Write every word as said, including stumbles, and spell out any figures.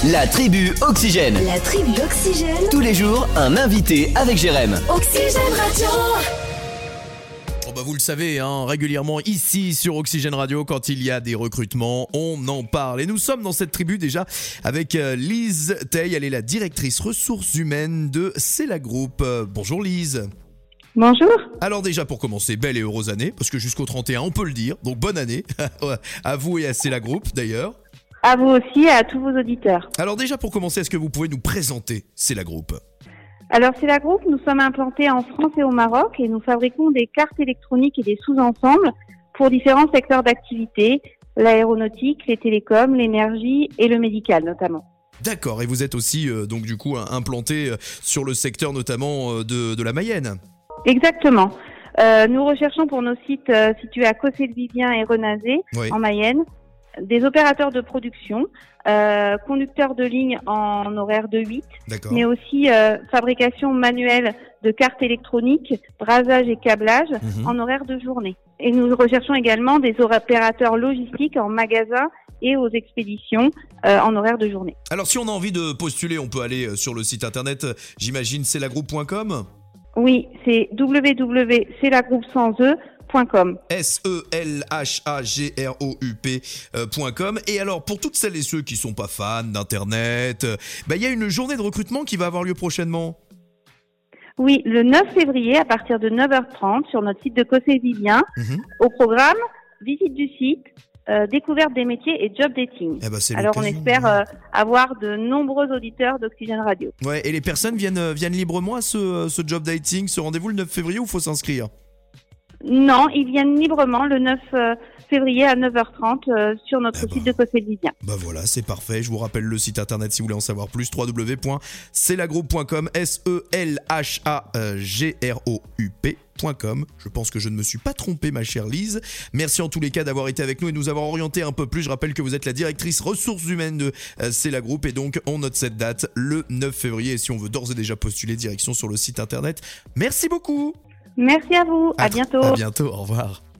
La tribu Oxygène. La tribu Oxygène. Tous les jours, un invité avec Jérém. Oxygène Radio. Bon bah vous le savez, hein, régulièrement ici sur Oxygène Radio, quand il y a des recrutements, on en parle. Et nous sommes dans cette tribu déjà avec euh, Lise Tay. Elle est la directrice ressources humaines de Cela Group. Euh, bonjour Lise. Bonjour. Alors déjà pour commencer, belle et heureuse année, parce que jusqu'au trente et un on peut le dire, donc bonne année à vous et à Cela Group d'ailleurs. À vous aussi et à tous vos auditeurs. Alors déjà pour commencer, est-ce que vous pouvez nous présenter Cela Group ? Alors Cela Group, nous sommes implantés en France et au Maroc et nous fabriquons des cartes électroniques et des sous-ensembles pour différents secteurs d'activité, l'aéronautique, les télécoms, l'énergie et le médical notamment. D'accord, et vous êtes aussi euh, donc du coup implanté euh, sur le secteur notamment euh, de, de la Mayenne. Exactement. Euh, nous recherchons pour nos sites euh, situés à Cossé-le-Vivien et Renazé, Oui. en Mayenne, des opérateurs de production, euh, conducteurs de ligne en horaire de huit, D'accord. mais aussi euh, fabrication manuelle de cartes électroniques, brasage et câblage Mhm. en horaire de journée. Et nous recherchons également des opérateurs logistiques en magasin et aux expéditions euh, en horaire de journée. Alors si on a envie de postuler, on peut aller euh, sur le site internet, euh, j'imagine celagroup point com. Oui, c'est w w w point celagroup sans e point com. S E L H A G R O U P euh, point com. Et alors, pour toutes celles et ceux qui sont pas fans d'Internet, euh, bah, il y a une journée de recrutement qui va avoir lieu prochainement. Oui, le neuf février à partir de neuf heures trente sur notre site de Cossé-le-Vivien. Mhm. Au programme, visite du site, euh, découverte des métiers et job dating. Eh ben, c'est Alors on l'occasion. espère euh, avoir de nombreux auditeurs d'Oxygène Radio. Ouais, et les personnes viennent, euh, viennent librement à ce, euh, ce job dating, ce rendez-vous le neuf février, ou faut s'inscrire ? Non, ils viennent librement le neuf février à neuf heures trente euh, sur notre Eh ben. site de Cossé-le-Vivien. Bah voilà, c'est parfait. Je vous rappelle le site internet si vous voulez en savoir plus, w w w point celagroup point com, S E L H A G R O U P point com. Je pense que je ne me suis pas trompé, ma chère Lise. Merci en tous les cas d'avoir été avec nous et de nous avoir orienté un peu plus. Je rappelle que vous êtes la directrice ressources humaines de euh, Cela Group, et donc on note cette date, le neuf février. Et si on veut d'ores et déjà postuler, direction sur le site internet. Merci beaucoup. Merci à vous, à tr- bientôt. À bientôt, au revoir.